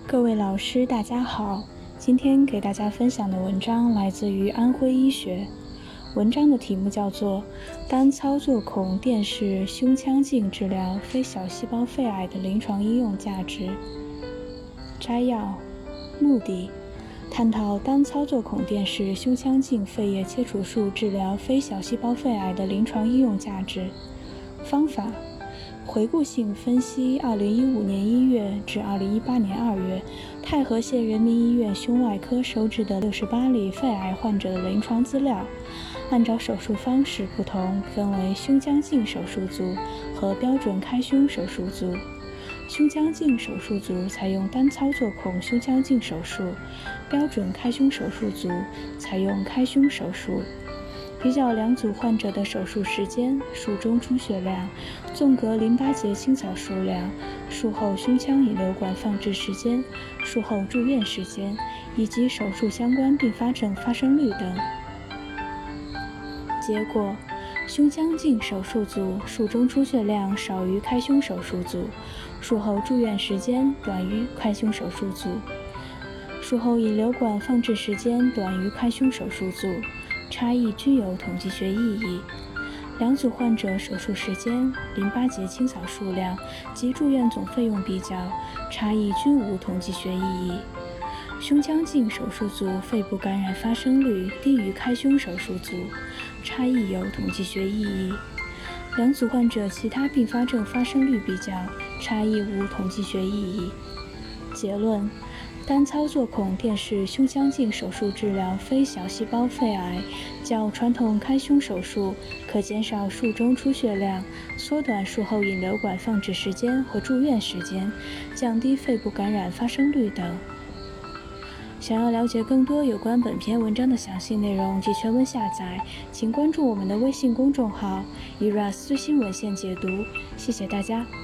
各位老师，大家好。今天给大家分享的文章来自于安徽医学，文章的题目叫做单操作孔电视胸腔镜治疗非小细胞肺癌的临床应用价值。摘要：目的，探讨单操作孔电视胸腔镜肺叶切除术治疗非小细胞肺癌的临床应用价值。方法，回顾性分析2015年1月至2018年2月太和县人民医院胸外科收治的68例肺癌患者的临床资料，按照手术方式不同，分为胸腔镜手术组和标准开胸手术组。胸腔镜手术组采用单操作孔胸腔镜手术，标准开胸手术组采用开胸手术。比较两组患者的手术时间、术中出血量、纵隔淋巴结清扫数量、术后胸腔引流管放置时间、术后住院时间以及手术相关并发症发生率等。结果，胸腔镜手术组术中出血量少于开胸手术组，术后住院时间短于开胸手术组，术后引流管放置时间短于开胸手术组，差异均有统计学意义。两组患者手术时间、淋巴结清扫数量及住院总费用比较，差异均无统计学意义。胸腔镜手术组肺部感染发生率低于开胸手术组，差异有统计学意义。两组患者其他并发症发生率比较，差异无统计学意义。结论，单操作孔电视胸腔镜手术治疗非小细胞肺癌，较传统开胸手术可减少术中出血量，缩短术后引流管放置时间和住院时间，降低肺部感染发生率等。想要了解更多有关本篇文章的详细内容及全文下载，请关注我们的微信公众号 ERAS 最新文献解读。谢谢大家。